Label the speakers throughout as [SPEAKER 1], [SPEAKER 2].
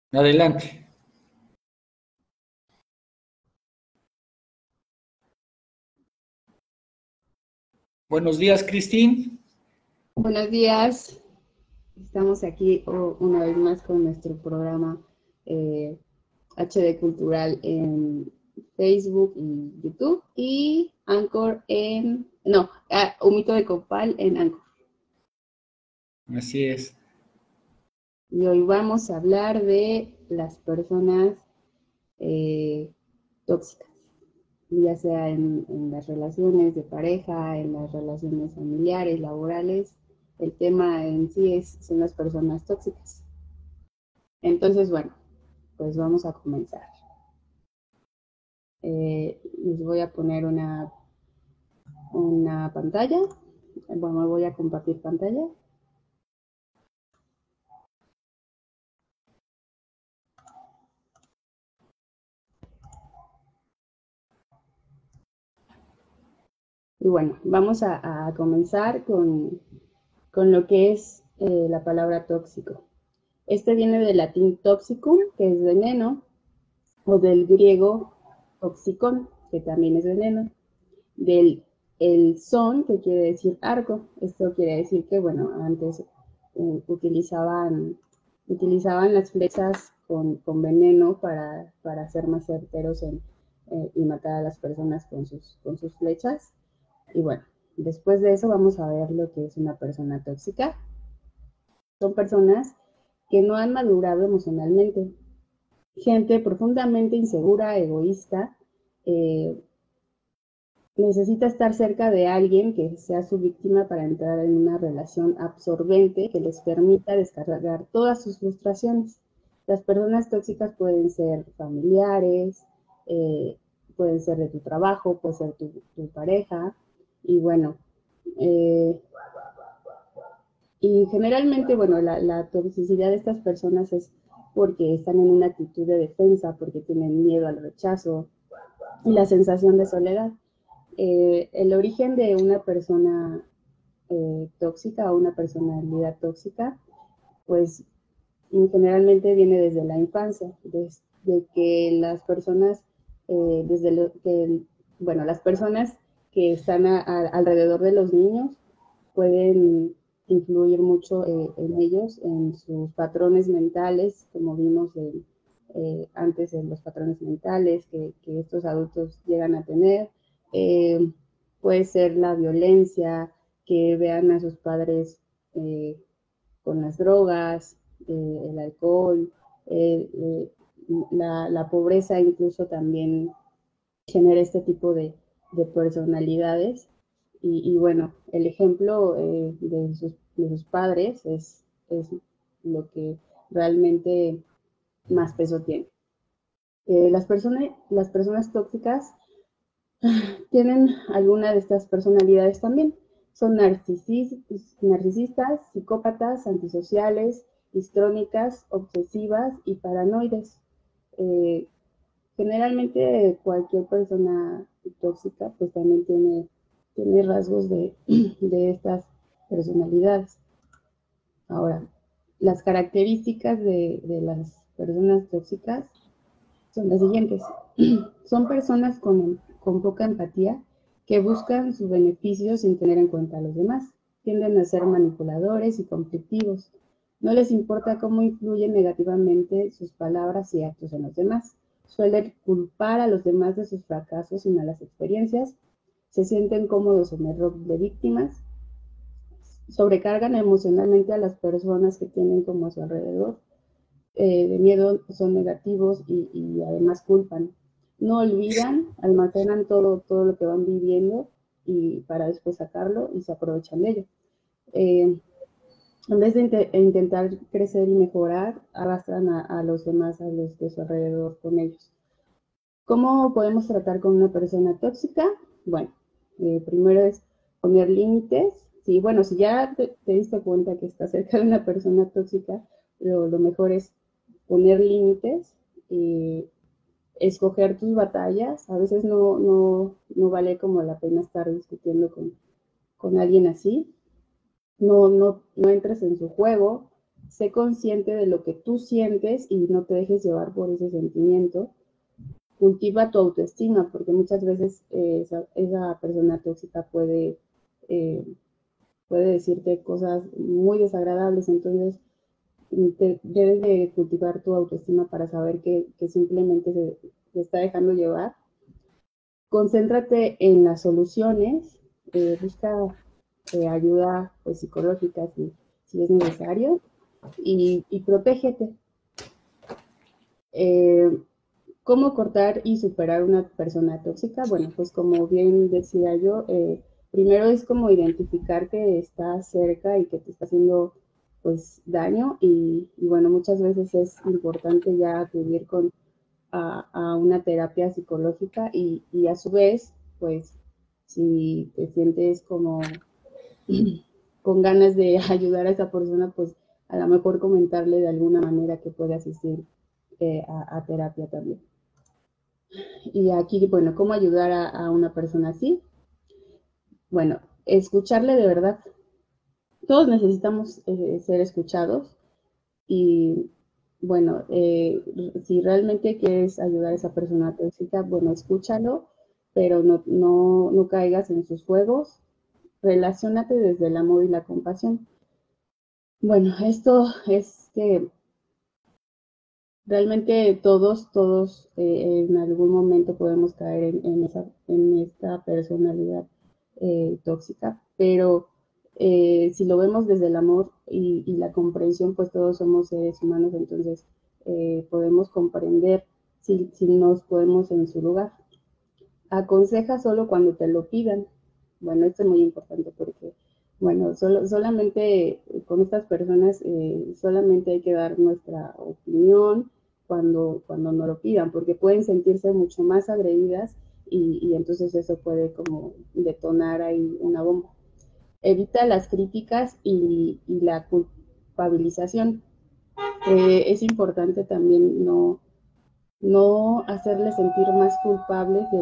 [SPEAKER 1] Adelante. Buenos días, Cristín.
[SPEAKER 2] Buenos días, estamos aquí una vez más con nuestro programa HD Cultural en Facebook y YouTube y Anchor Humito de Copal en Anchor.
[SPEAKER 1] Así es.
[SPEAKER 2] Y hoy vamos a hablar de las personas eh, tóxicas, ya sea en las relaciones de pareja, en las relaciones familiares, laborales. El tema en sí son las personas tóxicas. Entonces, bueno, pues vamos a comenzar. Les voy a poner una pantalla. Bueno, voy a compartir pantalla. Y bueno, vamos a comenzar con lo que es la palabra tóxico. Este viene del latín toxicum, que es veneno, o del griego toxicón, que también es veneno, del el son, que quiere decir arco. Esto quiere decir que, bueno, antes utilizaban las flechas con veneno para ser más certeros y matar a las personas con sus flechas. Y bueno, después de eso vamos a ver lo que es una persona tóxica. Son personas que no han madurado emocionalmente, gente profundamente insegura, egoísta, eh, necesita estar cerca de alguien que sea su víctima para entrar en una relación absorbente que les permita descargar todas sus frustraciones. Las personas tóxicas pueden ser familiares, eh, pueden ser de tu trabajo, puede ser tu pareja, y bueno, eh, y generalmente, bueno, la toxicidad de estas personas es porque están en una actitud de defensa, porque tienen miedo al rechazo y la sensación de soledad. El origen de una persona tóxica o una personalidad tóxica, pues generalmente viene desde la infancia, desde que las personas, desde lo que, bueno, las personas que están alrededor de los niños pueden influir mucho en ellos, en sus patrones mentales, como vimos antes en los patrones mentales que estos adultos llegan a tener. Eh, Puede ser la violencia, que vean a sus padres eh, con las drogas, el alcohol, eh, la pobreza incluso también genera este tipo de personalidades. Y bueno, el ejemplo de sus padres es lo que realmente más peso tiene. Las personas tóxicas tienen alguna de estas personalidades también. Son narcisistas, psicópatas, antisociales, histrónicas, obsesivas y paranoides. Eh, Generalmente cualquier persona tóxica pues también tiene rasgos de estas personalidades. Ahora, las características de las personas tóxicas son las siguientes. Son personas con poca empatía que buscan sus beneficios sin tener en cuenta a los demás. Tienden a ser manipuladores y conflictivos. No les importa cómo influyen negativamente sus palabras y actos en los demás. Suelen culpar a los demás de sus fracasos y malas experiencias. Se sienten cómodos en el rol de víctimas. Sobrecargan emocionalmente a las personas que tienen como a su alrededor. De miedo son negativos y además culpan. No olvidan, almacenan todo lo que van viviendo y para después sacarlo y se aprovechan de ello. Eh, en vez de intentar crecer y mejorar, arrastran a los demás, a los de su alrededor con ellos. ¿Cómo podemos tratar con una persona tóxica? Bueno, primero es poner límites. Sí, bueno, si ya te diste cuenta que estás cerca de una persona tóxica, lo mejor es poner límites, escoger tus batallas. A veces no vale como la pena estar discutiendo con alguien así. No entres en su juego. sé consciente de lo que tú sientes y no te dejes llevar por ese sentimiento. Cultiva tu autoestima, porque muchas veces esa persona tóxica eh, puede decirte cosas muy desagradables, entonces debes de cultivar tu autoestima para saber que simplemente se está dejando llevar. Concéntrate en las soluciones, busca ayuda pues, psicológica si es necesario y protégete. ¿Cómo cortar y superar una persona tóxica? Bueno, pues como bien decía yo, primero es como identificar que está cerca y que te está haciendo pues daño y bueno, muchas veces es importante ya acudir a una terapia psicológica y a su vez, pues si te sientes como con ganas de ayudar a esa persona, pues a lo mejor comentarle de alguna manera que puede asistir a terapia también. Y aquí, bueno, ¿cómo ayudar a una persona así? Bueno, escucharle de verdad. Todos necesitamos ser escuchados y, bueno, si realmente quieres ayudar a esa persona tóxica, bueno, escúchalo, pero no caigas en sus juegos. Relaciónate desde el amor y la compasión. Bueno, esto es que realmente todos en algún momento podemos caer en esta personalidad tóxica, pero si lo vemos desde el amor y la comprensión, pues todos somos seres humanos, entonces podemos comprender si nos podemos en su lugar. Aconseja solo cuando te lo pidan. Bueno, esto es muy importante porque, bueno, solamente con estas personas solamente hay que dar nuestra opinión cuando nos lo pidan, porque pueden sentirse mucho más agredidas y entonces eso puede como detonar ahí una bomba. Evita las críticas y la culpabilización. Es importante también no hacerles sentir más culpables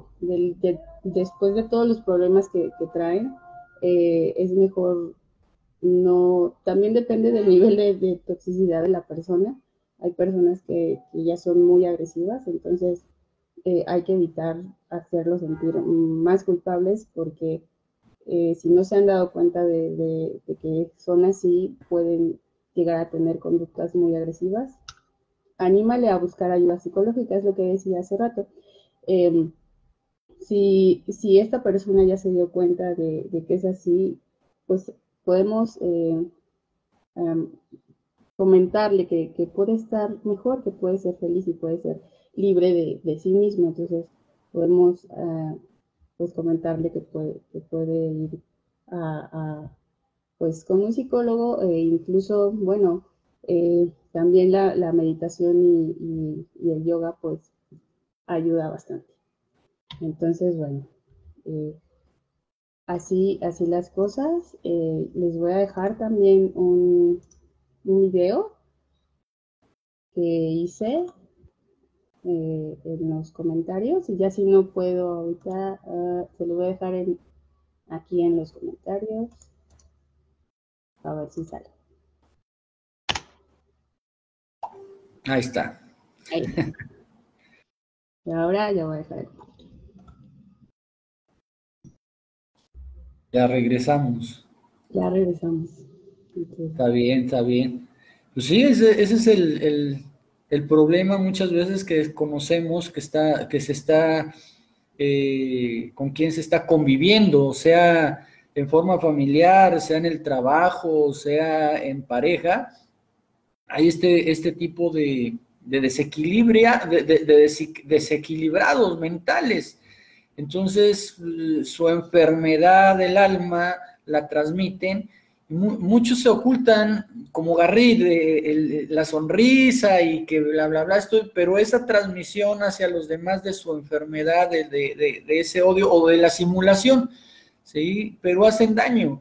[SPEAKER 2] después de todos los problemas que traen. Es mejor no, también depende del nivel de toxicidad de la persona. Hay personas que ya son muy agresivas, entonces hay que evitar hacerlos sentir más culpables porque si no se han dado cuenta de que son así, pueden llegar a tener conductas muy agresivas. Anímale a buscar ayuda psicológica, es lo que decía hace rato. Eh, si esta persona ya se dio cuenta de que es así, pues podemos um, comentarle que puede estar mejor, que puede ser feliz y puede ser libre de sí mismo. Entonces podemos pues comentarle que puede ir pues con un psicólogo e incluso, bueno, también la meditación y el yoga pues ayuda bastante. Entonces, bueno, eh, así las cosas. Les voy a dejar también un video que hice en los comentarios y ya si no puedo ahorita, se lo voy a dejar aquí en los comentarios. A ver si sale.
[SPEAKER 1] Ahí está.
[SPEAKER 2] Ahí está. Y ahora ya voy a dejar.
[SPEAKER 1] Ya regresamos.
[SPEAKER 2] Ya regresamos. Okay.
[SPEAKER 1] Está bien, está bien. Pues sí, ese es el problema muchas veces que conocemos, que se está, con quién se está conviviendo, sea en forma familiar, sea en el trabajo, sea en pareja. Hay este tipo de desequilibrados mentales. Entonces, su enfermedad del alma la transmiten. Muchos se ocultan como Garrick, la sonrisa y que bla, bla, bla, pero esa transmisión hacia los demás de su enfermedad, de ese odio o de la simulación, ¿sí? Pero hacen daño.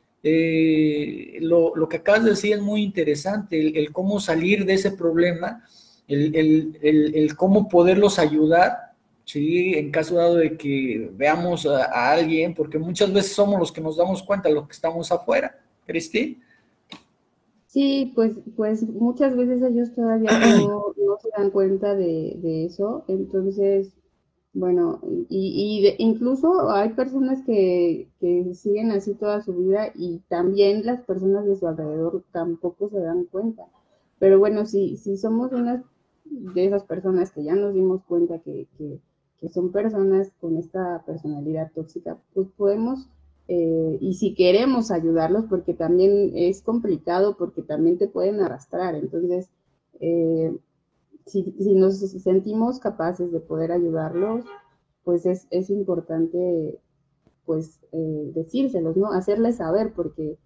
[SPEAKER 1] Lo que acabas de decir es muy interesante, el cómo salir de ese problema, el cómo poderlos ayudar, ¿sí? En caso dado de que veamos a alguien, porque muchas veces somos los que nos damos cuenta, los que estamos afuera. ¿Cristi?
[SPEAKER 2] Sí, pues muchas veces ellos todavía no se dan cuenta de eso, entonces, bueno, incluso hay personas que siguen así toda su vida y también las personas de su alrededor tampoco se dan cuenta. Pero bueno, si somos unas de esas personas que ya nos dimos cuenta que son personas con esta personalidad tóxica, pues podemos y si queremos ayudarlos, porque también es complicado, porque también te pueden arrastrar. Entonces, eh, si nos sentimos capaces de poder ayudarlos, pues es importante pues decírselos, ¿no? Hacerles saber, porque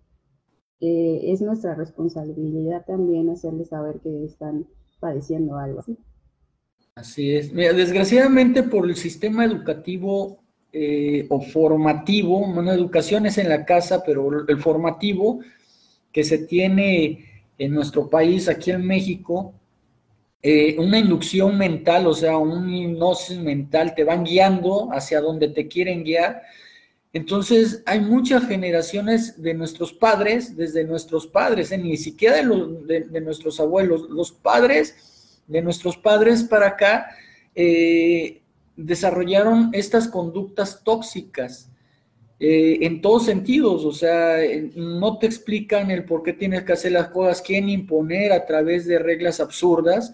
[SPEAKER 2] es nuestra responsabilidad también hacerles saber que están padeciendo algo así.
[SPEAKER 1] Así es. Mira, desgraciadamente por el sistema educativo o formativo, bueno, educación es en la casa, pero el formativo que se tiene en nuestro país, aquí en México, una inducción mental, o sea, un hipnosis mental, te van guiando hacia donde te quieren guiar. Entonces, hay muchas generaciones de nuestros padres, desde nuestros padres, ni siquiera de nuestros abuelos, los padres de nuestros padres para acá, desarrollaron estas conductas tóxicas en todos sentidos, o sea, no te explican el por qué tienes que hacer las cosas, quieren imponer a través de reglas absurdas,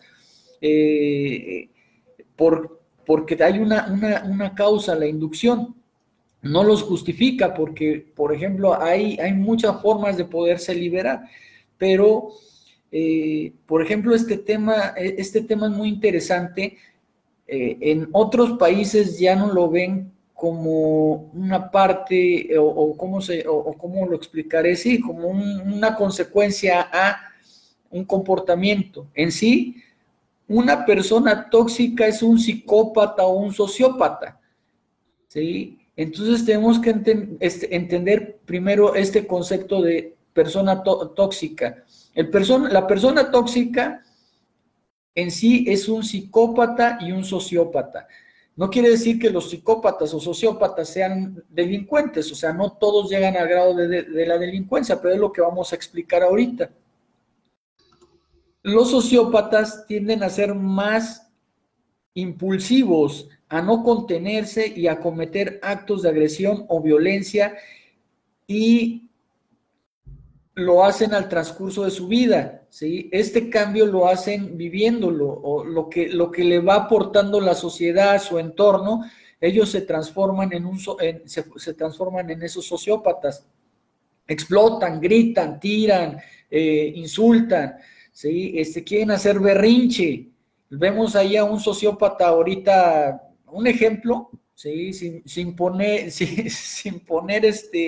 [SPEAKER 1] eh, porque hay una causa, la inducción. No los justifica porque, por ejemplo, hay muchas formas de poderse liberar, pero, por ejemplo, este tema es muy interesante. En otros países ya no lo ven como una parte, o cómo lo explicaré, sí, como una consecuencia a un comportamiento. En sí, una persona tóxica es un psicópata o un sociópata, ¿sí? Entonces tenemos que entender primero este concepto de persona tóxica. La persona tóxica en sí es un psicópata y un sociópata. No quiere decir que los psicópatas o sociópatas sean delincuentes, o sea, no todos llegan al grado de la delincuencia, pero es lo que vamos a explicar ahorita. Los sociópatas tienden a ser más impulsivos, a no contenerse y a cometer actos de agresión o violencia, y lo hacen al transcurso de su vida, ¿sí? Este cambio lo hacen viviéndolo, o lo que le va aportando la sociedad, su entorno, ellos se transforman se transforman en esos sociópatas. Explotan, gritan, tiran, insultan, ¿sí? Quieren hacer berrinche. Vemos ahí a un sociópata ahorita, un ejemplo, ¿sí? Sin poner, sin poner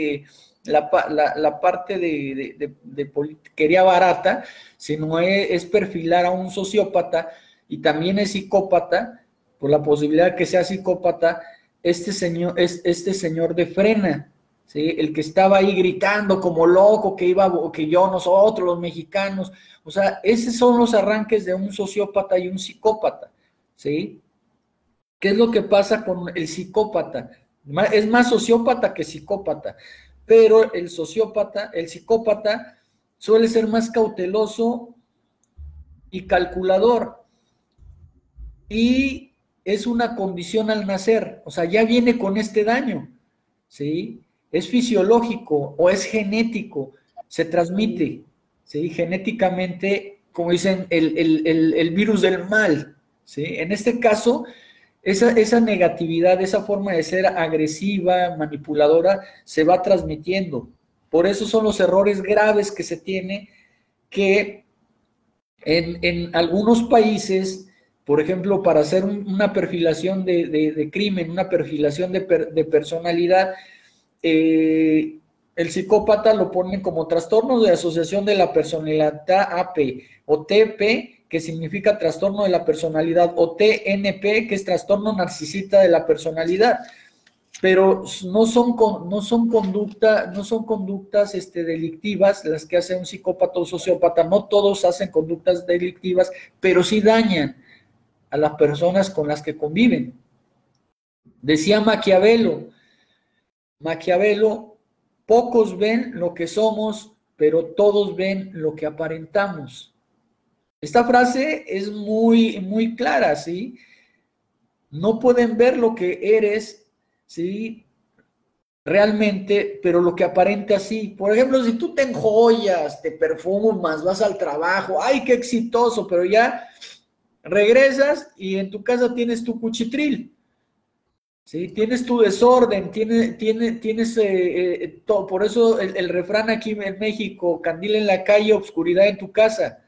[SPEAKER 1] la parte de politiquería barata, sino es perfilar a un sociópata y también es psicópata, por la posibilidad de que sea psicópata. Este señor de Frena, ¿sí? El que estaba ahí gritando como loco, nosotros los mexicanos, o sea, esos son los arranques de un sociópata y un psicópata, ¿sí? ¿Qué es lo que pasa con el psicópata? Es más sociópata que psicópata, pero el psicópata suele ser más cauteloso y calculador, y es una condición al nacer, o sea, ya viene con este daño, ¿sí? Es fisiológico o es genético, se transmite, ¿sí? Genéticamente, como dicen, el virus del mal, ¿sí? En este caso, esa negatividad, esa forma de ser agresiva, manipuladora, se va transmitiendo. Por eso son los errores graves que se tiene, que en algunos países, por ejemplo, para hacer una perfilación de crimen, una perfilación de personalidad, el psicópata lo ponen como trastorno de asociación de la personalidad AP, o TP, que significa trastorno de la personalidad, o TNP, que es trastorno narcisista de la personalidad. Pero no son conductas delictivas las que hace un psicópata o sociópata. No todos hacen conductas delictivas, pero sí dañan a las personas con las que conviven. Decía Maquiavelo, pocos ven lo que somos pero todos ven lo que aparentamos. Esta frase es muy, muy clara, ¿sí? No pueden ver lo que eres, ¿sí? Realmente, pero lo que aparenta sí. Por ejemplo, si tú te enjollas, te perfumas, vas al trabajo, ¡ay, qué exitoso! Pero ya regresas y en tu casa tienes tu cuchitril, ¿sí? Tienes tu desorden, tienes todo. Por eso el refrán aquí en México, candil en la calle, obscuridad en tu casa.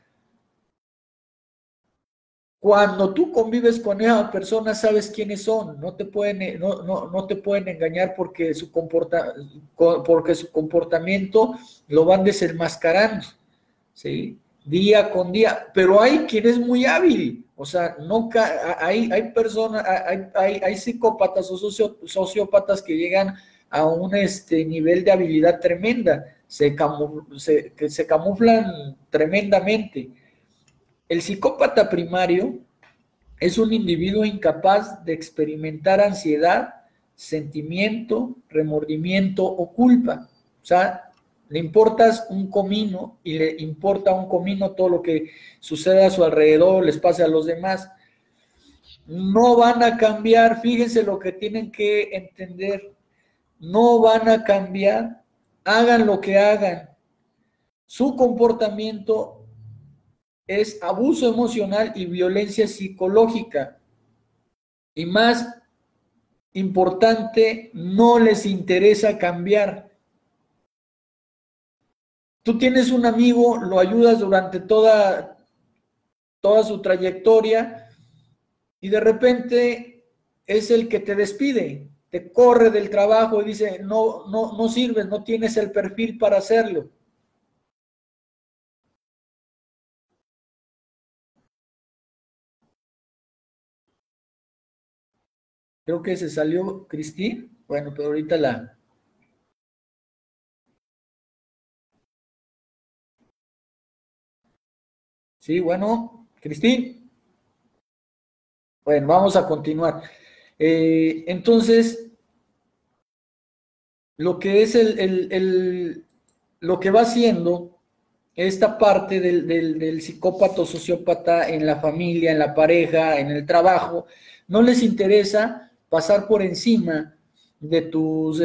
[SPEAKER 1] Cuando tú convives con esa persona, sabes quiénes son, no te pueden, no te pueden engañar porque porque su comportamiento lo van desenmascarando, ¿sí? Día con día, pero hay quien es muy hábil, o sea, no hay personas, hay psicópatas o sociópatas que llegan a un nivel de habilidad tremenda, que se camuflan tremendamente. El psicópata primario es un individuo incapaz de experimentar ansiedad, sentimiento, remordimiento o culpa. O sea, le importas un comino y le importa un comino todo lo que sucede a su alrededor, les pase a los demás. No van a cambiar, fíjense lo que tienen que entender, no van a cambiar, hagan lo que hagan. Su comportamiento es abuso emocional y violencia psicológica. Y más importante, no les interesa cambiar. Tú tienes un amigo, lo ayudas durante toda su trayectoria y de repente es el que te despide, te corre del trabajo y dice, no sirves, no tienes el perfil para hacerlo. Creo que se salió Cristín. Bueno, pero ahorita Sí, bueno, Cristín. Bueno, vamos a continuar. Entonces, lo que es lo que va haciendo esta parte del psicópata o sociópata en la familia, en la pareja, en el trabajo, no les interesa pasar por encima de tus,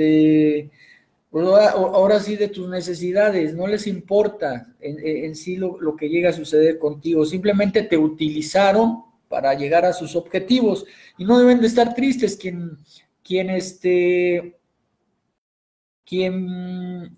[SPEAKER 1] ahora sí, de tus necesidades, no les importa en sí lo que llega a suceder contigo, simplemente te utilizaron para llegar a sus objetivos y no deben de estar tristes quien quien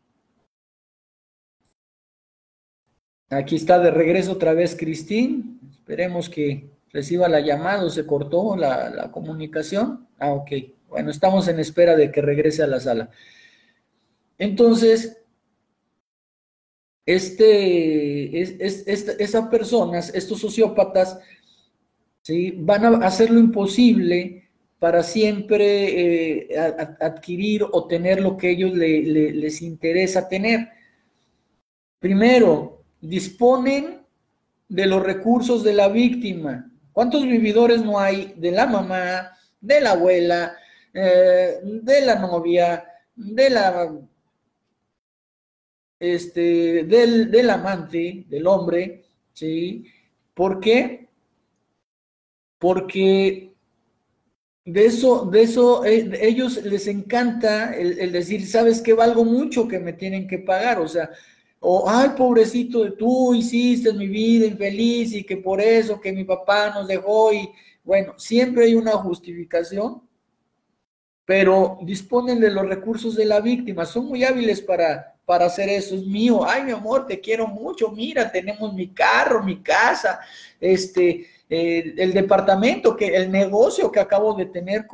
[SPEAKER 1] aquí está de regreso otra vez Cristín. Esperemos que reciba la llamada o se cortó la comunicación. Ah, ok. Bueno, estamos en espera de que regrese a la sala. Entonces, esas personas, estos sociópatas, ¿sí? Van a hacer lo imposible para siempre adquirir o tener lo que ellos les interesa tener. Primero, disponen de los recursos de la víctima. ¿Cuántos vividores no hay de la mamá, de la abuela, de la novia, del amante, del hombre? ¿Sí? ¿Por qué? Porque ellos les encanta el decir, ¿sabes qué? Valgo mucho que me tienen que pagar, o sea, o, ay, pobrecito, tú hiciste mi vida infeliz y que por eso que mi papá nos dejó y, bueno, siempre hay una justificación, pero disponen de los recursos de la víctima, son muy hábiles para hacer eso, es mío, ay, mi amor, te quiero mucho, mira, tenemos mi carro, mi casa, el departamento, el negocio que acabo de tener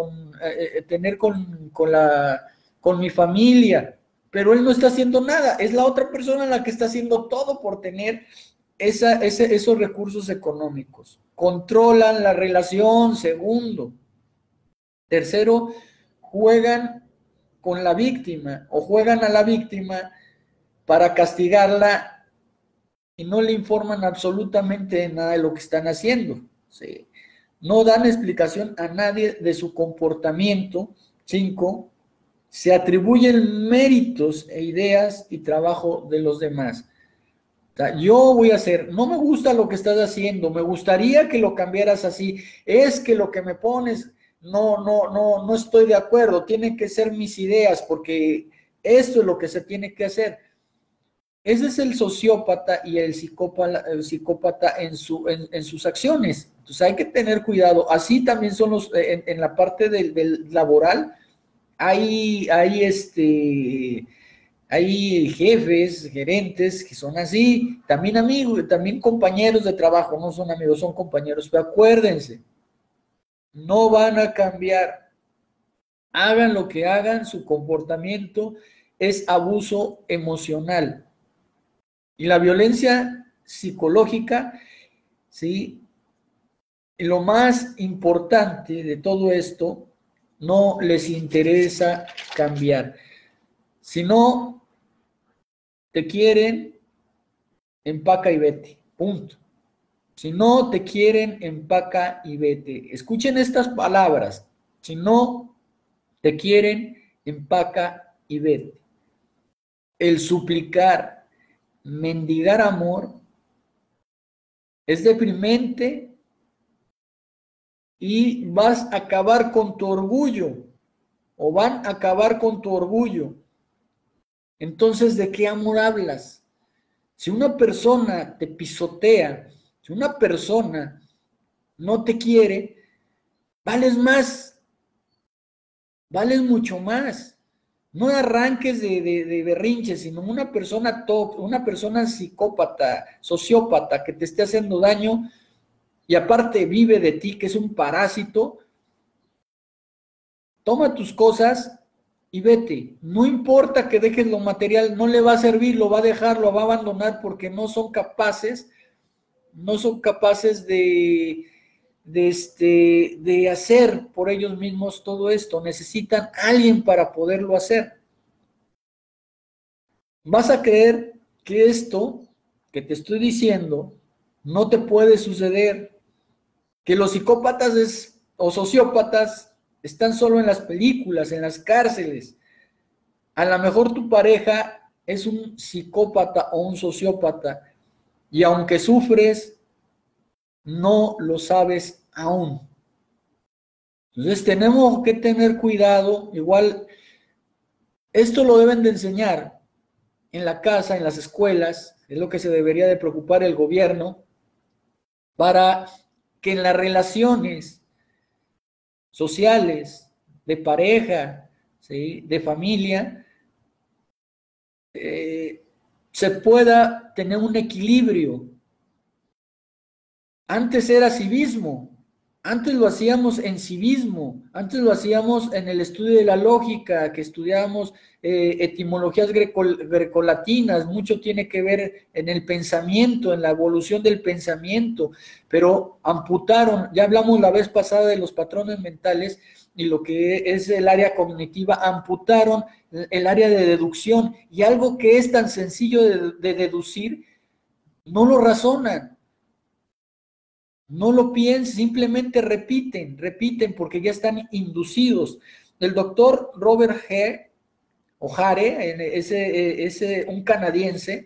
[SPEAKER 1] con mi familia, pero él no está haciendo nada, es la otra persona la que está haciendo todo por tener esos recursos económicos. Controlan la relación, segundo. Tercero, juegan con la víctima o juegan a la víctima para castigarla y no le informan absolutamente nada de lo que están haciendo. ¿Sí? No dan explicación a nadie de su comportamiento. 5. se atribuyen méritos e ideas y trabajo de los demás. O sea, yo voy a hacer, no me gusta lo que estás haciendo, me gustaría que lo cambiaras así, es que lo que me pones, no estoy de acuerdo, tienen que ser mis ideas, porque esto es lo que se tiene que hacer. Ese es el sociópata y el psicópata en sus acciones. Entonces hay que tener cuidado. Así también son en la parte del laboral, hay jefes, gerentes que son así, también amigos, también compañeros de trabajo, no son amigos, son compañeros, pero acuérdense, no van a cambiar. Hagan lo que hagan, su comportamiento es abuso emocional. Y la violencia psicológica, ¿sí? Y lo más importante de todo esto, no les interesa cambiar. Si no te quieren, empaca y vete. Punto. Si no te quieren, empaca y vete. Escuchen estas palabras. Si no te quieren, empaca y vete. El suplicar, mendigar amor, es deprimente y vas a acabar con tu orgullo o van a acabar con tu orgullo. Entonces, ¿de qué amor hablas? Si una persona te pisotea, si una persona no te quiere, vales más, vales mucho más. No arranques de berrinches, sino una persona top, una persona psicópata, sociópata que te esté haciendo daño y aparte vive de ti, que es un parásito. Toma tus cosas y vete. No importa que dejes lo material, no le va a servir, lo va a dejar, lo va a abandonar porque no son capaces de hacer por ellos mismos todo esto. Necesitan a alguien para poderlo hacer. Vas a creer que esto que te estoy diciendo no te puede suceder, que los psicópatas o sociópatas están solo en las películas, en las cárceles. A lo mejor tu pareja es un psicópata o un sociópata y aunque sufres, no lo sabes aún. Entonces tenemos que tener cuidado. Igual, esto lo deben de enseñar en la casa, en las escuelas, es lo que se debería de preocupar el gobierno, para que en las relaciones sociales, de pareja, ¿sí?, de familia, se pueda tener un equilibrio. Antes era civismo, antes lo hacíamos en civismo, antes lo hacíamos en el estudio de la lógica, que estudiábamos etimologías grecolatinas, mucho tiene que ver en el pensamiento, en la evolución del pensamiento, pero amputaron, ya hablamos la vez pasada de los patrones mentales y lo que es el área cognitiva, amputaron el área de deducción y algo que es tan sencillo de deducir, no lo razonan. No lo piensen, simplemente repiten porque ya están inducidos. El doctor Robert Hare, un canadiense,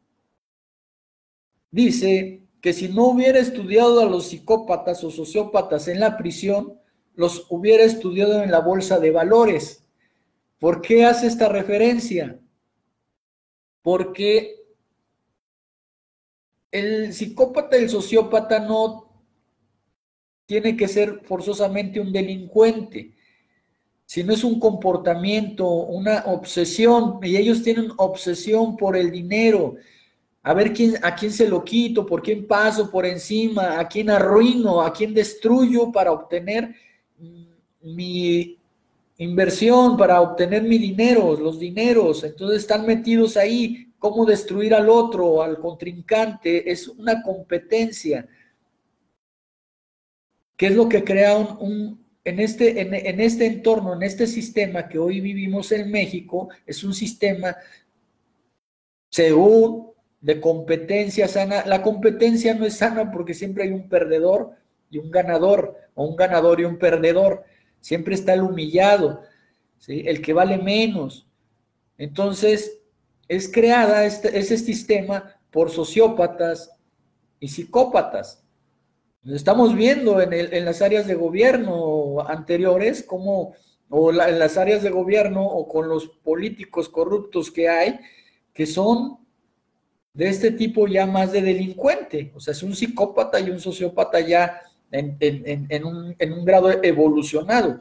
[SPEAKER 1] dice que si no hubiera estudiado a los psicópatas o sociópatas en la prisión, los hubiera estudiado en la bolsa de valores. ¿Por qué hace esta referencia? Porque el psicópata y el sociópata no tiene que ser forzosamente un delincuente, sino es un comportamiento, una obsesión, y ellos tienen obsesión por el dinero, a ver a quién se lo quito, por quién paso por encima, a quién arruino, a quién destruyo para obtener mi inversión, para obtener mi dinero, los dineros. Entonces están metidos ahí, cómo destruir al otro, al contrincante, es una competencia. ¿Qué es lo que crea en este entorno, en este sistema que hoy vivimos en México? Es un sistema, según, de competencia sana. La competencia no es sana porque siempre hay un perdedor y un ganador, o un ganador y un perdedor. Siempre está el humillado. ¿sí? El que vale menos. Entonces, es creada ese sistema por sociópatas y psicópatas. Estamos viendo en las áreas de gobierno anteriores, como, en las áreas de gobierno o con los políticos corruptos que hay, que son de este tipo ya más de delincuente. O sea, es un psicópata y un sociópata ya en un grado evolucionado.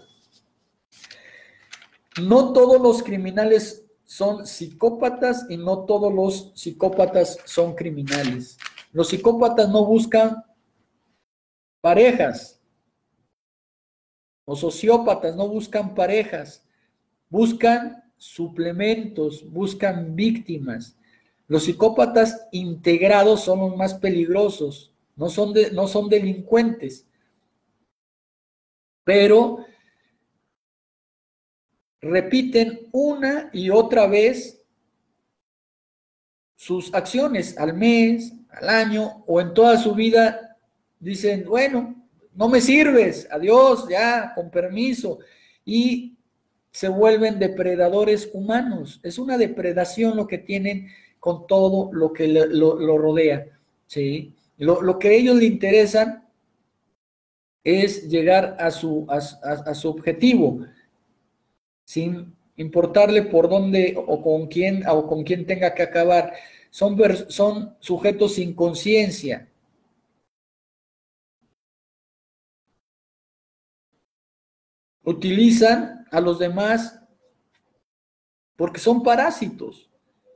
[SPEAKER 1] No todos los criminales son psicópatas y no todos los psicópatas son criminales. Los psicópatas no buscan parejas. Los sociópatas no buscan parejas. Buscan suplementos, buscan víctimas. Los psicópatas integrados son los más peligrosos. No son delincuentes. Pero repiten una y otra vez sus acciones al mes, al año o en toda su vida. Dicen, bueno, no me sirves, adiós, ya, con permiso. Y se vuelven depredadores humanos. Es una depredación lo que tienen con todo lo que lo rodea. ¿Sí? Lo que a ellos les interesan es llegar a su objetivo, sin importarle por dónde o con quién tenga que acabar. Son sujetos sin conciencia. Utilizan a los demás porque son parásitos.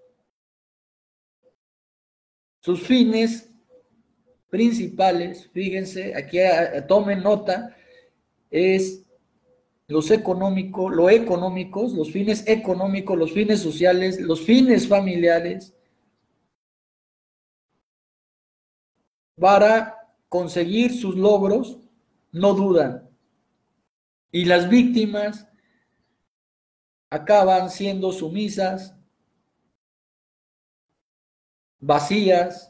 [SPEAKER 1] Sus fines principales, fíjense, aquí tomen nota, es los económicos, los fines económicos, los fines sociales, los fines familiares, para conseguir sus logros, no dudan. Y las víctimas acaban siendo sumisas, vacías,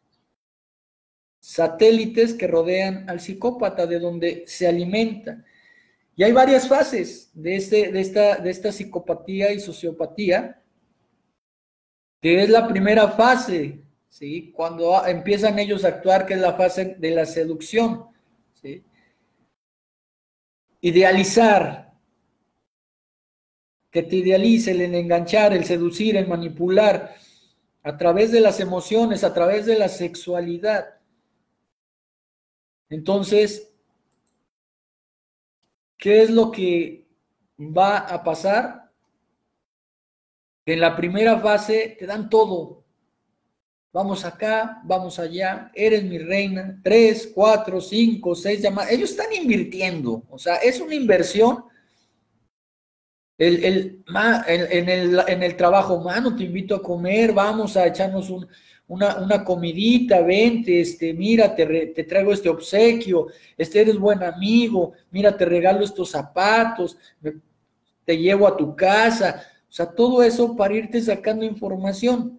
[SPEAKER 1] satélites que rodean al psicópata, de donde se alimenta. Y hay varias fases de esta psicopatía y sociopatía, que es la primera fase, ¿sí? Cuando empiezan ellos a actuar, que es la fase de la seducción, ¿sí? Idealizar, que te idealice, el enganchar, el seducir, el manipular, a través de las emociones, a través de la sexualidad. Entonces, ¿qué es lo que va a pasar? Que en la primera fase te dan todo. Vamos acá, vamos allá, eres mi reina, 3, 4, 5, 6 llamadas. Ellos están invirtiendo, o sea, es una inversión. En el trabajo, mano, te invito a comer, vamos a echarnos una comidita, vente, mira, te traigo este obsequio, eres buen amigo, mira, te regalo estos zapatos, te llevo a tu casa, o sea, todo eso para irte sacando información,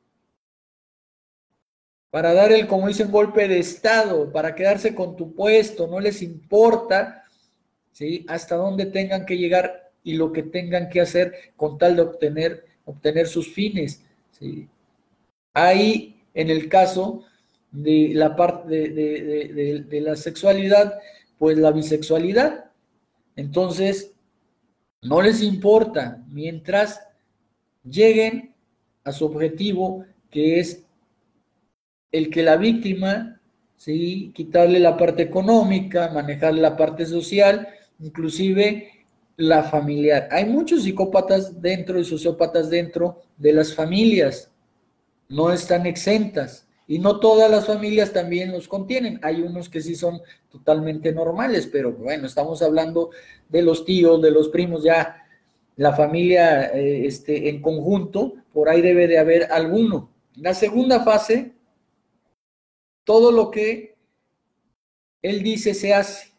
[SPEAKER 1] para dar como dicen, golpe de estado, para quedarse con tu puesto, no les importa, ¿sí? Hasta dónde tengan que llegar y lo que tengan que hacer con tal de obtener sus fines, ¿sí? Hay, en el caso de la parte de la sexualidad, pues la bisexualidad. Entonces, no les importa mientras lleguen a su objetivo, que es el que la víctima, ¿sí? Quitarle la parte económica, manejarle la parte social, inclusive la familiar. Hay muchos psicópatas dentro y sociópatas dentro de las familias, no están exentas. Y no todas las familias también los contienen. Hay unos que sí son totalmente normales, pero bueno, estamos hablando de los tíos, de los primos, ya la familia en conjunto, por ahí debe de haber alguno. La segunda fase, todo lo que él dice se hace.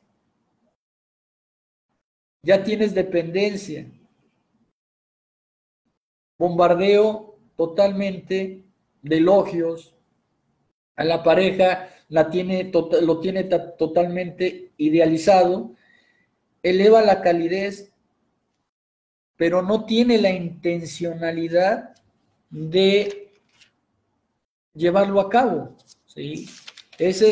[SPEAKER 1] Ya tienes dependencia. Bombardeo totalmente de elogios. A la pareja lo tiene totalmente idealizado. Eleva la calidez pero no tiene la intencionalidad de llevarlo a cabo, ¿sí? Es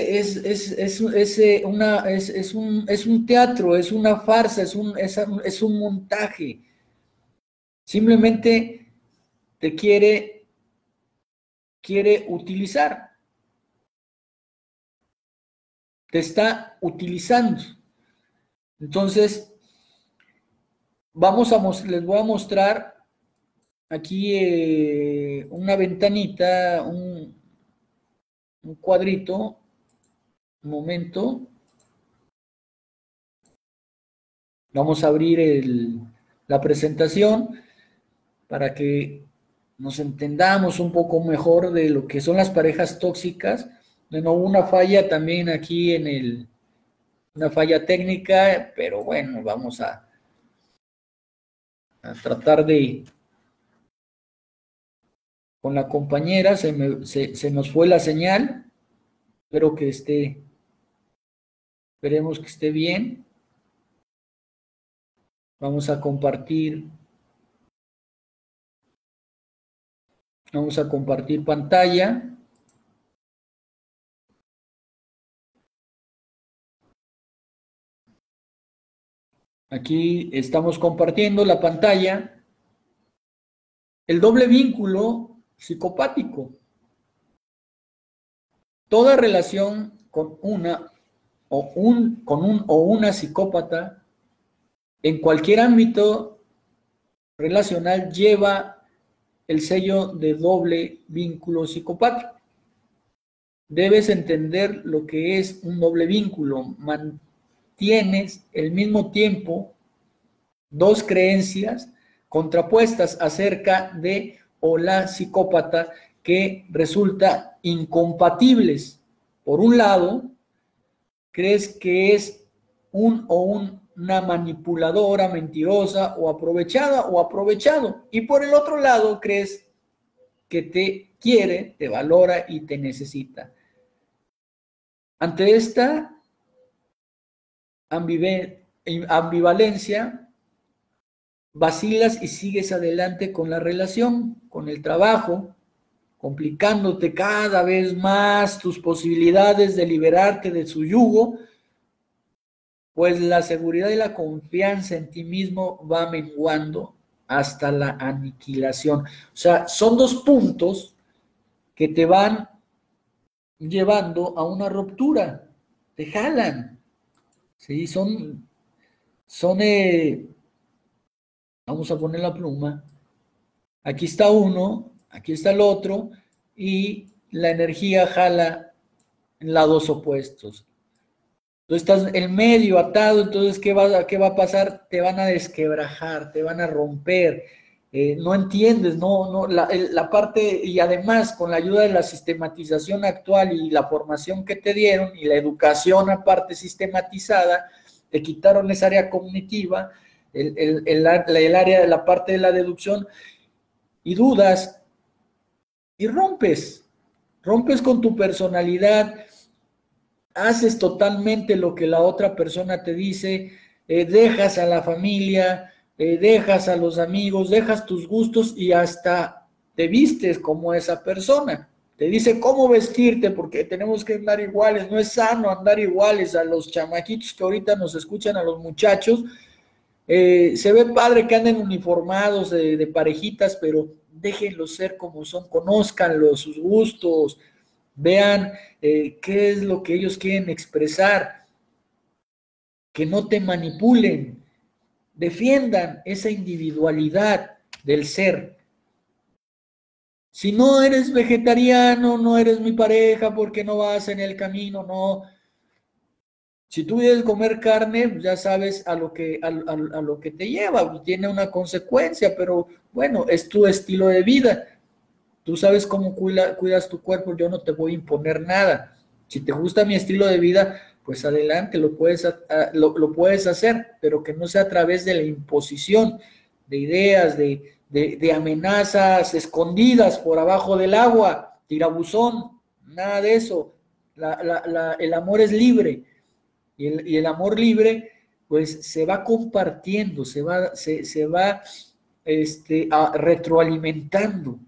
[SPEAKER 1] un teatro, es una farsa, es un montaje. Simplemente te quiere utilizar. Te está utilizando. Entonces, les voy a mostrar aquí una ventanita, un cuadrito. Un momento. Vamos a abrir la presentación para que nos entendamos un poco mejor de lo que son las parejas tóxicas. Bueno, hubo una falla también aquí una falla técnica, pero bueno, vamos a tratar con la compañera, se nos fue la señal, espero que esperemos que esté bien. Vamos a compartir pantalla. Aquí estamos compartiendo la pantalla. El doble vínculo psicopático. Toda relación con una o una psicópata en cualquier ámbito relacional lleva el sello de doble vínculo psicopático. Debes entender lo que es un doble vínculo. Mantienes al mismo tiempo dos creencias contrapuestas acerca de o la psicópata que resulta incompatibles. Por un lado, crees que es una manipuladora, mentirosa o aprovechada o aprovechado. Y por el otro lado, crees que te quiere, te valora y te necesita. Ante esta ambivalencia, vacilas y sigues adelante con la relación, con el trabajo, complicándote cada vez más tus posibilidades de liberarte de su yugo, pues la seguridad y la confianza en ti mismo va menguando hasta la aniquilación. O sea, son dos puntos que te van llevando a una ruptura, te jalan, ¿sí? Vamos a poner la pluma, aquí está uno, aquí está el otro, y la energía jala en lados opuestos. Tú estás en medio atado, entonces ¿qué va a pasar? Te van a desquebrajar, te van a romper, no entiendes, la parte, y además con la ayuda de la sistematización actual y la formación que te dieron y la educación aparte sistematizada, te quitaron esa área cognitiva, el área de la parte de la deducción, y dudas, y rompes con tu personalidad, haces totalmente lo que la otra persona te dice, dejas a la familia, dejas a los amigos, dejas tus gustos y hasta te vistes como esa persona. Te dice cómo vestirte porque tenemos que andar iguales, no es sano andar iguales. A los chamaquitos que ahorita nos escuchan, a los muchachos, se ve padre que anden uniformados de parejitas, pero déjenlos ser como son, conózcanlos, sus gustos, vean qué es lo que ellos quieren expresar, que no te manipulen, defiendan esa individualidad del ser. Si no eres vegetariano, no eres mi pareja porque no vas en el camino, no. Si tú quieres comer carne, ya sabes a lo que te lleva, tiene una consecuencia, pero bueno, es tu estilo de vida. Tú sabes cómo cuidas tu cuerpo, yo no te voy a imponer nada. Si te gusta mi estilo de vida, pues adelante, lo puedes hacer, pero que no sea a través de la imposición de ideas, de amenazas escondidas por abajo del agua, tirabuzón, nada de eso. El amor es libre y el amor libre, pues se va compartiendo, se va retroalimentando.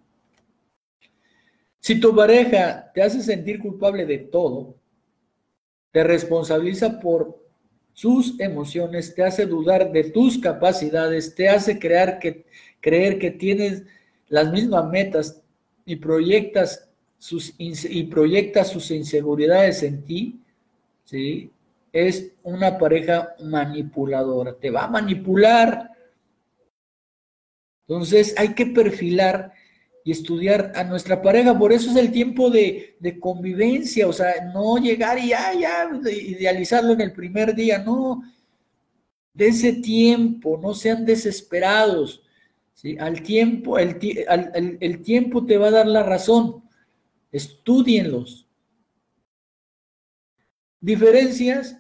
[SPEAKER 1] Si tu pareja te hace sentir culpable de todo, te responsabiliza por sus emociones, te hace dudar de tus capacidades, te hace creer que tienes las mismas metas y proyectas sus inseguridades en ti, ¿sí? Es una pareja manipuladora, te va a manipular. Entonces hay que perfilar y estudiar a nuestra pareja, por eso es el tiempo de convivencia, o sea, no llegar y ya, idealizarlo en el primer día, no, de ese tiempo, no sean desesperados, ¿sí? Al tiempo, el tiempo te va a dar la razón, estúdienlos. Diferencias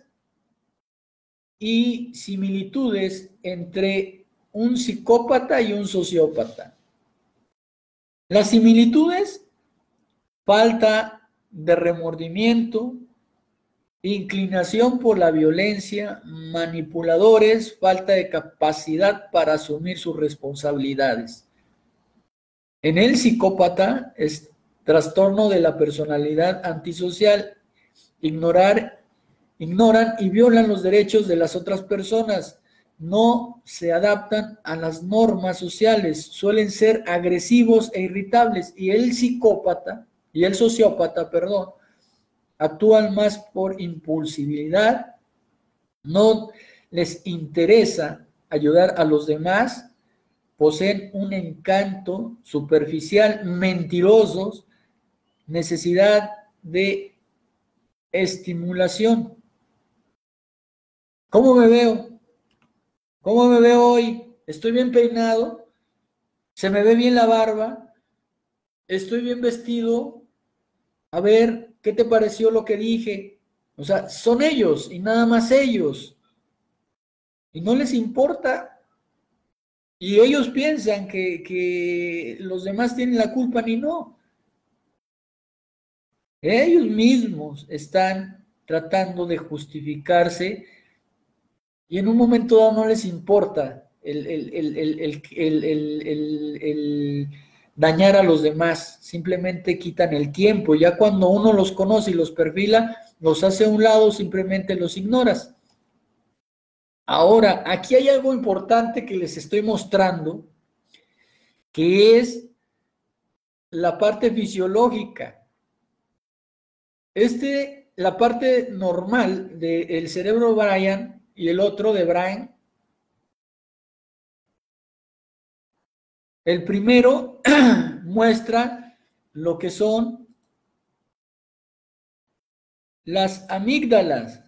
[SPEAKER 1] y similitudes entre un psicópata y un sociópata. Las similitudes: falta de remordimiento, inclinación por la violencia, manipuladores, falta de capacidad para asumir sus responsabilidades. En el psicópata es trastorno de la personalidad antisocial, ignoran y violan los derechos de las otras personas, no se adaptan a las normas sociales, suelen ser agresivos e irritables, y el sociópata, actúan más por impulsividad, no les interesa ayudar a los demás, poseen un encanto superficial, mentirosos, necesidad de estimulación. ¿Cómo me veo? ¿Cómo me veo hoy? ¿Estoy bien peinado? ¿Se me ve bien la barba? ¿Estoy bien vestido? A ver, ¿qué te pareció lo que dije? O sea, son ellos y nada más ellos. Y no les importa. Y ellos piensan que los demás tienen la culpa, ni no. Ellos mismos están tratando de justificarse y en un momento dado no les importa el dañar a los demás, simplemente quitan el tiempo. Ya cuando uno los conoce y los perfila, los hace a un lado, simplemente los ignoras. Ahora, aquí hay algo importante que les estoy mostrando, que es la parte fisiológica. La parte normal del cerebro de Brian y el otro de Brian. El primero muestra lo que son las amígdalas.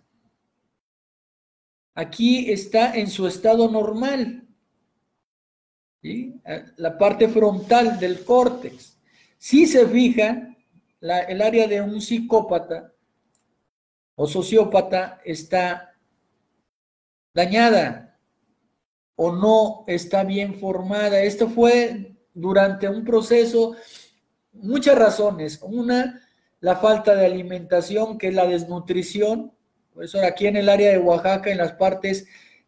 [SPEAKER 1] Aquí está en su estado normal, ¿sí? La parte frontal del córtex. Si se fijan, el área de un psicópata o sociópata está dañada o no está bien formada. Esto fue durante un proceso, muchas razones. Una, la falta de alimentación, que es la desnutrición. Por eso aquí en el área de Oaxaca, en las partes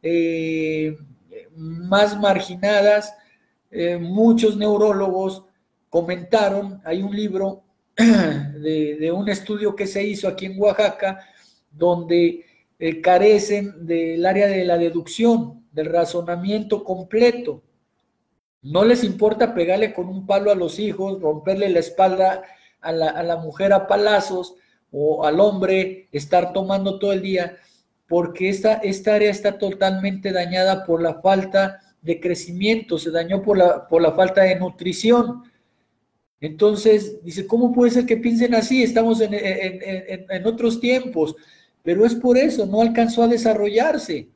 [SPEAKER 1] más marginadas, muchos neurólogos comentaron, hay un libro de un estudio que se hizo aquí en Oaxaca, donde carecen del área de la deducción, del razonamiento completo. No les importa pegarle con un palo a los hijos, romperle la espalda a la mujer a palazos, o al hombre estar tomando todo el día, porque esta área está totalmente dañada por la falta de crecimiento, se dañó por la falta de nutrición. Entonces, dice, ¿cómo puede ser que piensen así? Estamos en otros tiempos, pero es por eso, no alcanzó a desarrollarse.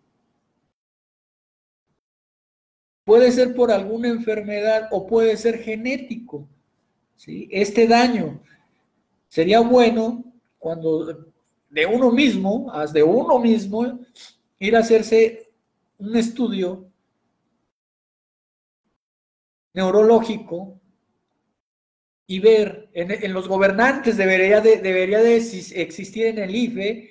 [SPEAKER 1] Puede ser por alguna enfermedad o puede ser genético, ¿sí? Este daño sería bueno cuando de uno mismo, ir a hacerse un estudio neurológico y ver, en los gobernantes debería de existir en el IFE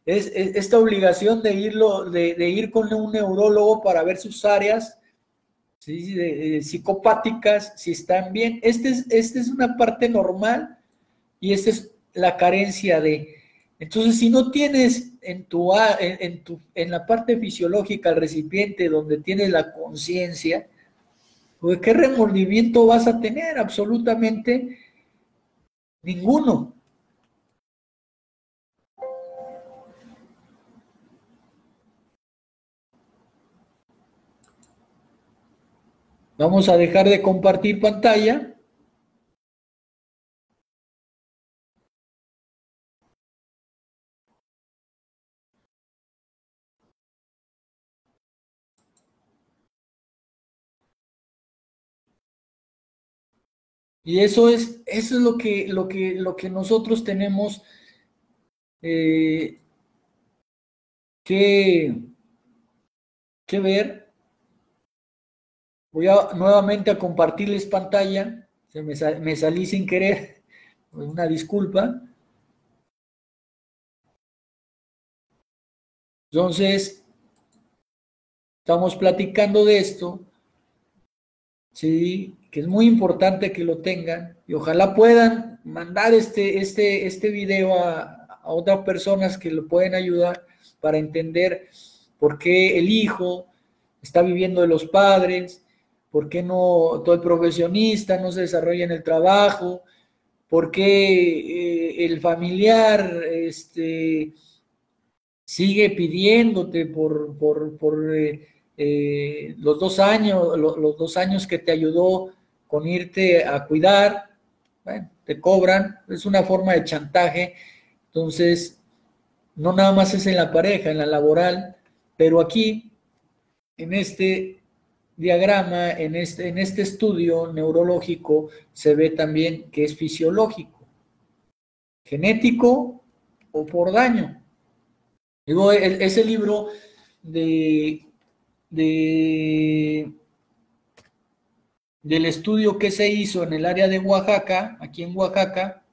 [SPEAKER 1] esta obligación de ir con un neurólogo para ver sus áreas ¿sí? Psicopáticas, si están bien. Esta es una parte normal y esta es la carencia de. Entonces, si no tienes en la parte fisiológica el recipiente donde tienes la conciencia, pues ¿qué remordimiento vas a tener? Absolutamente ninguno. Vamos a dejar de compartir pantalla. Y eso es lo que nosotros tenemos que, que ver. Voy nuevamente a compartirles pantalla. Me salí sin querer. Una disculpa. Entonces, estamos platicando de esto, ¿sí? Que es muy importante que lo tengan y ojalá puedan mandar este video a otras personas que lo pueden ayudar para entender por qué el hijo está viviendo de los padres, por qué no todo el profesionista no se desarrolla en el trabajo, por qué el familiar sigue pidiéndote por los 2 años, los 2 años que te ayudó con irte a cuidar, bueno, te cobran, es una forma de chantaje, entonces no nada más es en la pareja, en la laboral, pero aquí, en este diagrama, en este estudio neurológico, se ve también que es fisiológico, genético o por daño. Digo, ese libro de, de, del estudio que se hizo en el área de Oaxaca, aquí en Oaxaca,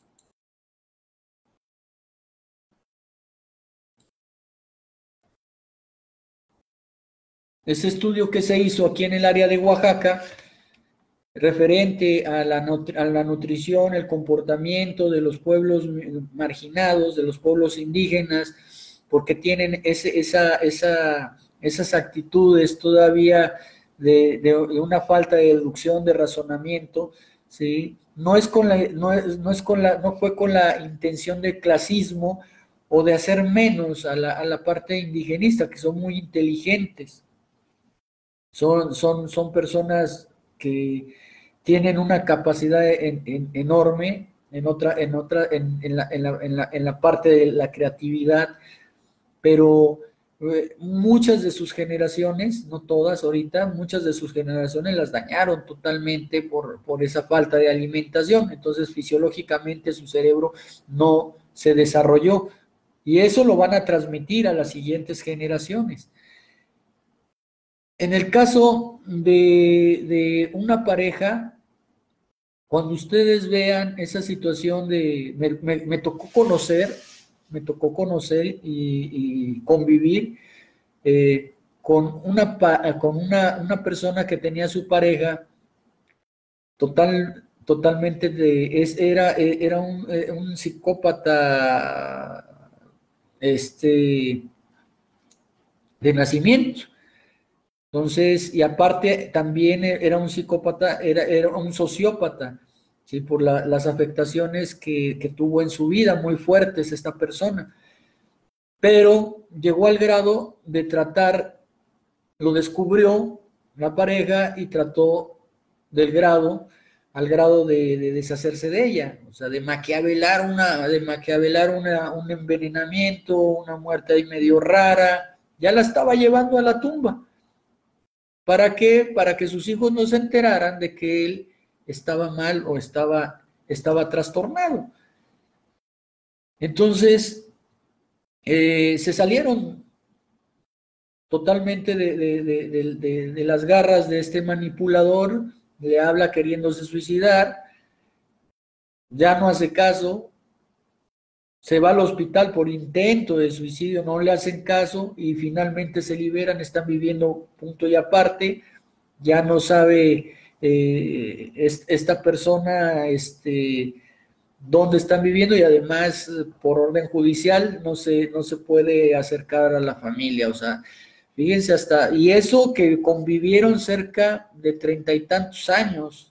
[SPEAKER 1] ese estudio que se hizo aquí en el área de Oaxaca, referente a la nutrición, el comportamiento de los pueblos marginados, de los pueblos indígenas, porque tienen esas actitudes todavía de una falta de deducción, de razonamiento, ¿sí? No fue con la intención de clasismo o de hacer menos a la parte indigenista, que son muy inteligentes. Son personas que tienen una capacidad enorme en la parte de la creatividad, pero muchas de sus generaciones, no todas ahorita, muchas de sus generaciones las dañaron totalmente por esa falta de alimentación. Entonces, fisiológicamente su cerebro no se desarrolló y eso lo van a transmitir a las siguientes generaciones. En el caso de una pareja, cuando ustedes vean esa situación me tocó conocer y convivir con una persona que tenía su pareja totalmente era un psicópata de nacimiento. Entonces, y aparte también era un psicópata, era un sociópata, ¿sí? Por las afectaciones que tuvo en su vida, muy fuertes esta persona. Pero llegó al grado de lo descubrió la pareja y trató al grado de deshacerse de ella, o sea, de maquiavelar un envenenamiento, una muerte ahí medio rara, ya la estaba llevando a la tumba. ¿Para qué? Para que sus hijos no se enteraran de que él estaba mal o estaba trastornado. Entonces, se salieron totalmente de las garras de este manipulador, le habla queriéndose suicidar, ya no hace caso, se va al hospital por intento de suicidio, no le hacen caso y finalmente se liberan, están viviendo punto y aparte. ya no sabe esta persona dónde están viviendo, y además por orden judicial no se puede acercar a la familia. O sea, fíjense, y eso que convivieron cerca de 30 y tantos años,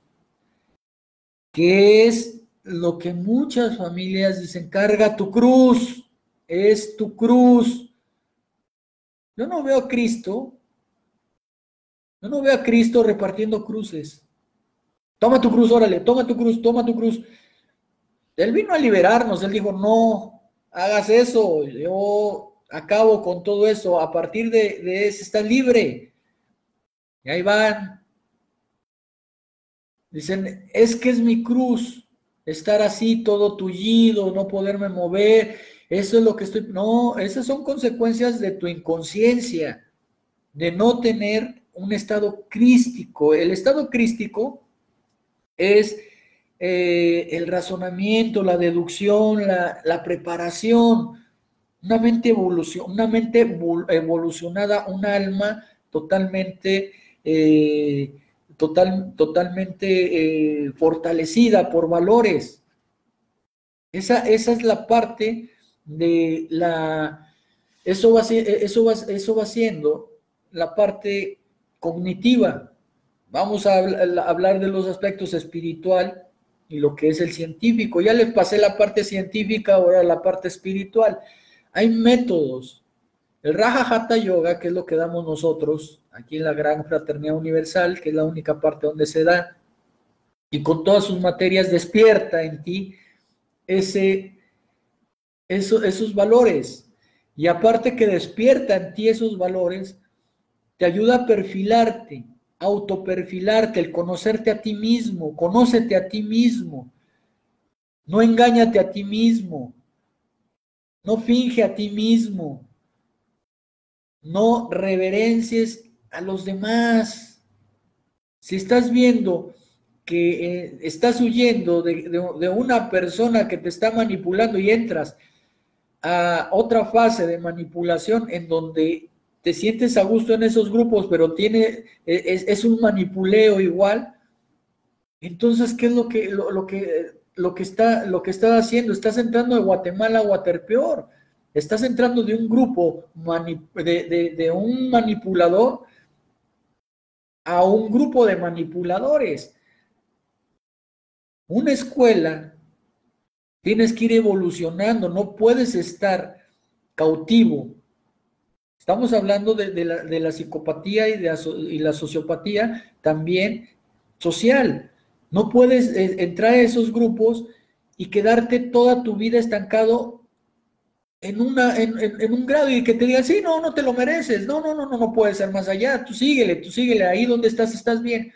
[SPEAKER 1] que es lo que muchas familias dicen: carga tu cruz, es tu cruz. Yo no veo a Cristo, yo no veo a Cristo repartiendo cruces. Toma tu cruz, órale, toma tu cruz, toma tu cruz. Él vino a liberarnos, él dijo: no hagas eso, yo acabo con todo eso, a partir de eso estás libre. Y ahí van, dicen: es que es mi cruz, estar así todo tullido, no poderme mover, eso es lo que estoy... No, esas son consecuencias de tu inconsciencia, de no tener un estado crístico. El estado crístico es el razonamiento, la deducción, la preparación, una mente evolucionada, un alma totalmente, totalmente fortalecida por valores. Esa es la parte de la... Eso va siendo la parte cognitiva. Vamos a hablar de los aspectos espiritual y lo que es el científico. Ya les pasé la parte científica, ahora la parte espiritual. Hay métodos. El Raja Hatha Yoga, que es lo que damos nosotros aquí en la Gran Fraternidad Universal, que es la única parte donde se da, y con todas sus materias despierta en ti esos valores. Y aparte que despierta en ti esos valores, te ayuda a perfilarte, autoperfilarte, el conocerte a ti mismo. Conócete a ti mismo, no engáñate a ti mismo, no finge a ti mismo, no reverencies a los demás. Si estás viendo que estás huyendo de una persona que te está manipulando y entras a otra fase de manipulación en donde te sientes a gusto en esos grupos, pero es un manipuleo igual, entonces, ¿qué es lo que está haciendo? Estás entrando de Guatemala a Guaterpeor. Estás entrando de un grupo, de un manipulador a un grupo de manipuladores. Una escuela, tienes que ir evolucionando, no puedes estar cautivo. Estamos hablando de la psicopatía y la sociopatía también social. No puedes entrar a esos grupos y quedarte toda tu vida estancado en un grado y que te digan: sí, no, no te lo mereces, no puedes ser más allá, tú síguele, ahí donde estás bien.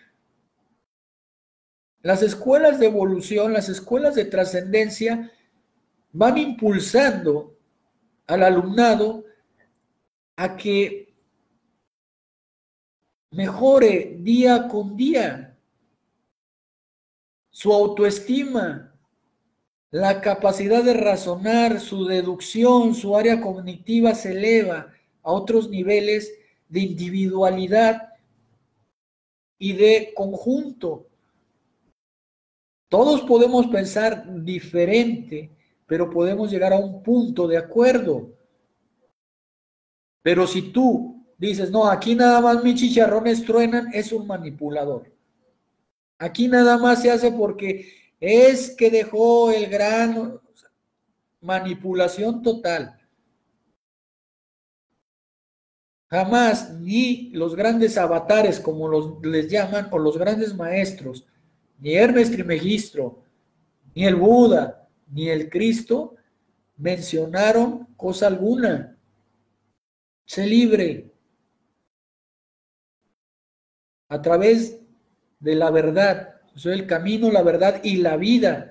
[SPEAKER 1] Las escuelas de evolución, las escuelas de trascendencia van impulsando al alumnado a que mejore día con día su autoestima, la capacidad de razonar, su deducción, su área cognitiva se eleva a otros niveles de individualidad y de conjunto. Todos podemos pensar diferente, pero podemos llegar a un punto de acuerdo. Pero si tú dices: no, aquí nada más mis chicharrones truenan, es un manipulador. Aquí nada más se hace porque es que dejó el grano. Manipulación total. Jamás ni los grandes avatares, como les llaman, o los grandes maestros, ni Hermes Trismegisto, ni el Buda, ni el Cristo, mencionaron cosa alguna. Sé libre a través de la verdad. Soy el camino, la verdad y la vida.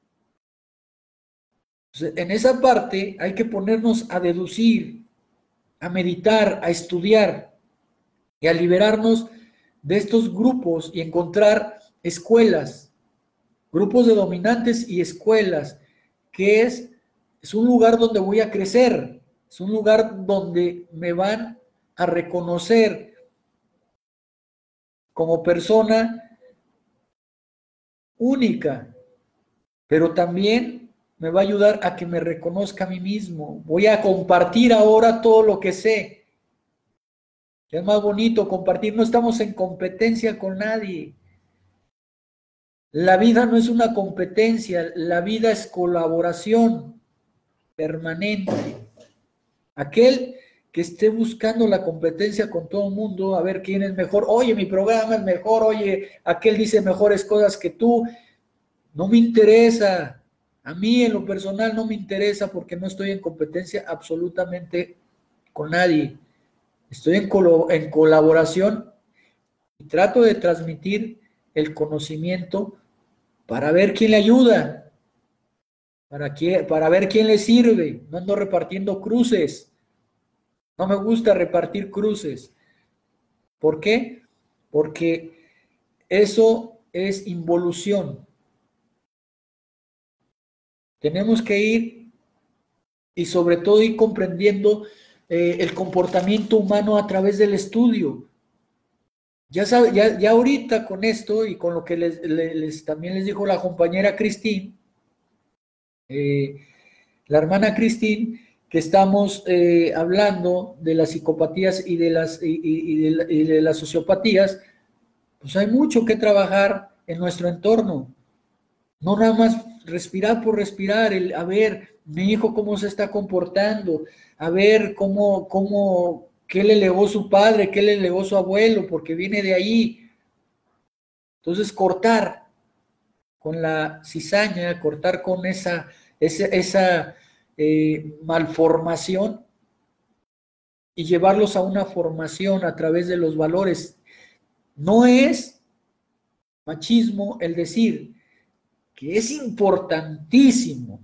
[SPEAKER 1] En esa parte hay que ponernos a deducir, a meditar, a estudiar y a liberarnos de estos grupos y encontrar escuelas, grupos de dominantes y escuelas, que es un lugar donde voy a crecer, es un lugar donde me van a reconocer como persona única, pero también me va a ayudar a que me reconozca a mí mismo. Voy a compartir ahora todo lo que sé. Es más bonito compartir, no estamos en competencia con nadie. La vida no es una competencia, la vida es colaboración permanente. Aquel que esté buscando la competencia con todo el mundo, a ver quién es mejor, oye, mi programa es mejor, oye, aquel dice mejores cosas que tú, no me interesa. A mí en lo personal no me interesa porque no estoy en competencia absolutamente con nadie. Estoy en colaboración y trato de transmitir el conocimiento para ver quién le ayuda, para ver quién le sirve. No ando repartiendo cruces. No me gusta repartir cruces. ¿Por qué? Porque eso es involución. Tenemos que ir y sobre todo ir comprendiendo el comportamiento humano a través del estudio. Ya ahorita con esto y con lo que también les dijo la compañera Cristín, la hermana Cristín, que estamos hablando de las psicopatías y de las sociopatías, pues hay mucho que trabajar en nuestro entorno. No nada más respirar por respirar, a ver, mi hijo cómo se está comportando, a ver qué le legó su padre, qué le legó su abuelo, porque viene de ahí. Entonces, cortar con la cizaña, cortar con esa malformación y llevarlos a una formación a través de los valores. No es machismo el decir que es importantísimo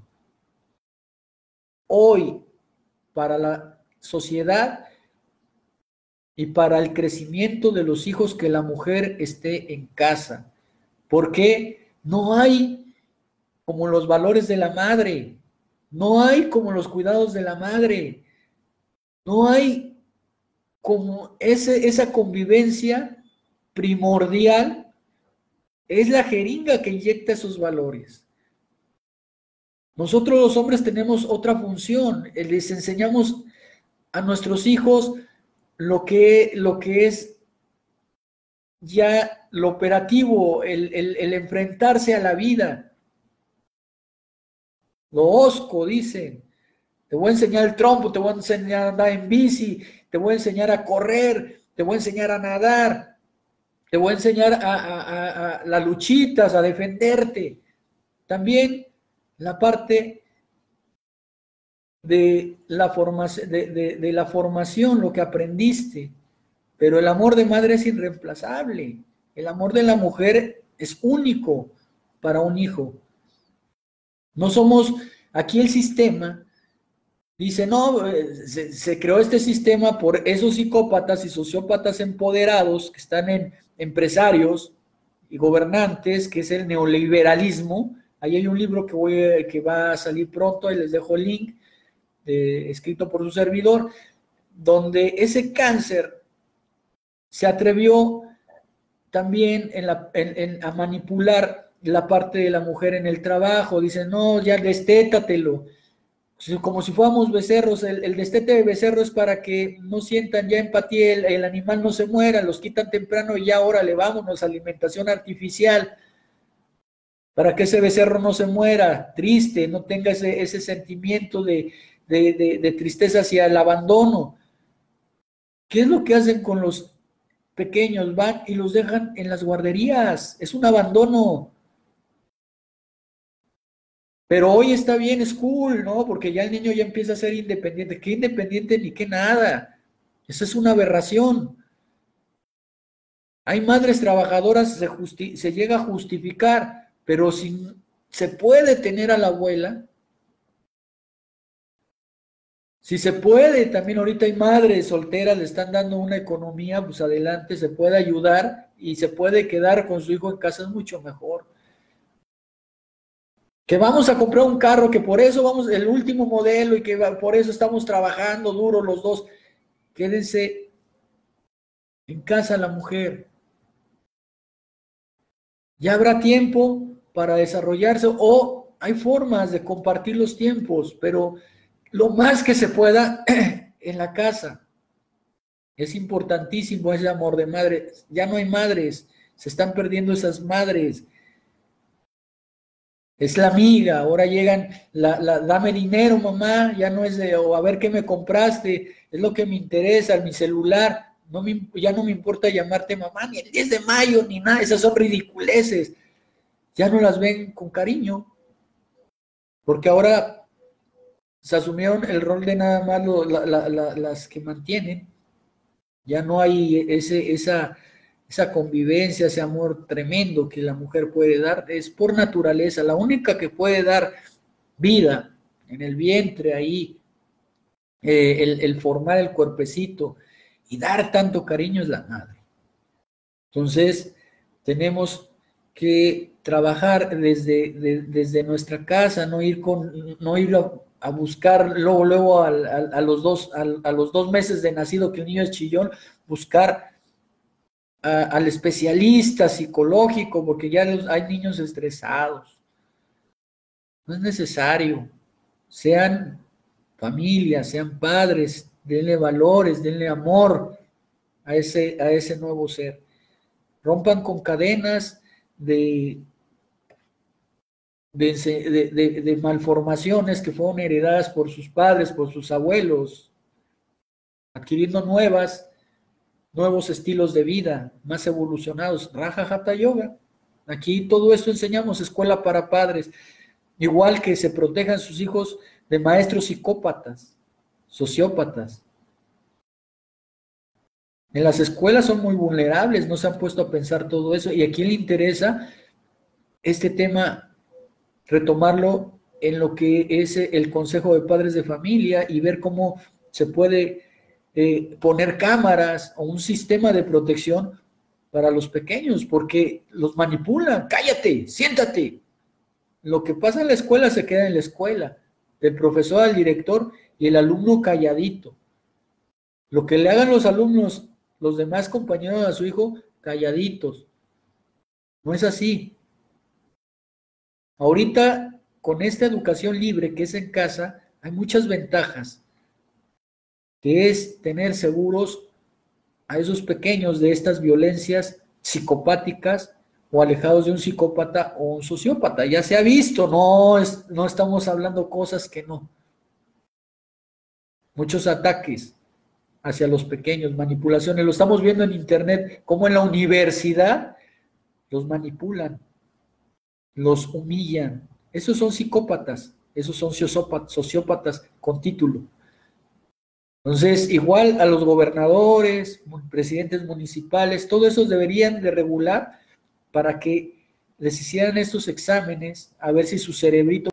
[SPEAKER 1] hoy para la sociedad y para el crecimiento de los hijos que la mujer esté en casa, porque no hay como los valores de la madre, no hay como los cuidados de la madre, no hay como esa convivencia primordial, es la jeringa que inyecta esos valores. Nosotros los hombres tenemos otra función, les enseñamos a nuestros hijos lo que es ya lo operativo, el enfrentarse a la vida. Lo osco, dicen. Te voy a enseñar el trompo, te voy a enseñar a andar en bici, te voy a enseñar a correr, te voy a enseñar a nadar, te voy a enseñar a las luchitas, a defenderte. También la parte de la formación, lo que aprendiste. Pero el amor de madre es irreemplazable. El amor de la mujer es único para un hijo. No somos, aquí el sistema dice, no, se creó este sistema por esos psicópatas y sociópatas empoderados que están en empresarios y gobernantes, que es el neoliberalismo. Ahí hay un libro que va a salir pronto, ahí les dejo el link, escrito por su servidor, donde ese cáncer se atrevió también a manipular la parte de la mujer en el trabajo. Dicen, no, ya destétatelo. Como si fuéramos becerros. El destete de becerro es para que no sientan ya empatía, el animal no se muera, los quitan temprano y ya órale, vámonos, alimentación artificial, para que ese becerro no se muera, triste, no tenga ese sentimiento de tristeza hacia el abandono. ¿Qué es lo que hacen con los pequeños? Van y los dejan en las guarderías. Es un abandono. Pero hoy está bien, es cool, ¿no? Porque ya el niño ya empieza a ser independiente. ¿Qué independiente ni qué nada? Eso es una aberración. Hay madres trabajadoras, se llega a justificar, pero si se puede tener a la abuela, si se puede, también ahorita hay madres solteras, le están dando una economía, pues adelante, se puede ayudar y se puede quedar con su hijo en casa, es mucho mejor. Que vamos a comprar un carro, que por eso vamos, el último modelo y que por eso estamos trabajando duro los dos. Quédense en casa la mujer, Ya habrá tiempo para desarrollarse o hay formas de compartir los tiempos, pero lo más que se pueda en la casa. Es importantísimo ese amor de madre. Ya no hay madres, se están perdiendo esas madres. Es la amiga, ahora llegan, dame dinero, mamá, ya no es de, o a ver qué me compraste, es lo que me interesa, mi celular, ya no me importa llamarte mamá, ni el 10 de mayo, ni nada, esas son ridiculeces, ya no las ven con cariño, porque ahora se asumieron el rol de nada más las que mantienen, ya no hay esa convivencia, ese amor tremendo que la mujer puede dar, es por naturaleza, la única que puede dar vida en el vientre ahí, el formar el cuerpecito y dar tanto cariño es la madre. Entonces, tenemos que trabajar desde nuestra casa, no ir a buscar luego a los 2 meses de nacido que el niño es chillón, buscar al especialista psicológico, porque ya hay niños estresados. No es necesario. Sean familias, sean padres, denle valores, denle amor a ese nuevo ser. Rompan con cadenas de malformaciones que fueron heredadas por sus padres, por sus abuelos, adquiriendo nuevos estilos de vida, más evolucionados. Raja Hatha Yoga. Aquí todo esto enseñamos, escuela para padres. Igual que se protejan sus hijos de maestros psicópatas, sociópatas. En las escuelas son muy vulnerables, no se han puesto a pensar todo eso. Y a quién le interesa este tema, retomarlo en lo que es el Consejo de Padres de Familia y ver cómo se puede poner cámaras o un sistema de protección para los pequeños, porque los manipulan. Cállate, siéntate. Lo que pasa en la escuela se queda en la escuela, del profesor al director y el alumno calladito. Lo que le hagan los alumnos, los demás compañeros a su hijo, calladitos. No es así. Ahorita, con esta educación libre que es en casa, hay muchas ventajas, que es tener seguros a esos pequeños de estas violencias psicopáticas o alejados de un psicópata o un sociópata. Ya se ha visto, no estamos hablando cosas que no. Muchos ataques hacia los pequeños, manipulaciones, lo estamos viendo en internet, como en la universidad los manipulan, los humillan. Esos son psicópatas, esos son sociópatas con título. Entonces, igual a los gobernadores, presidentes municipales, todo eso deberían de regular para que les hicieran estos exámenes, a ver si su cerebrito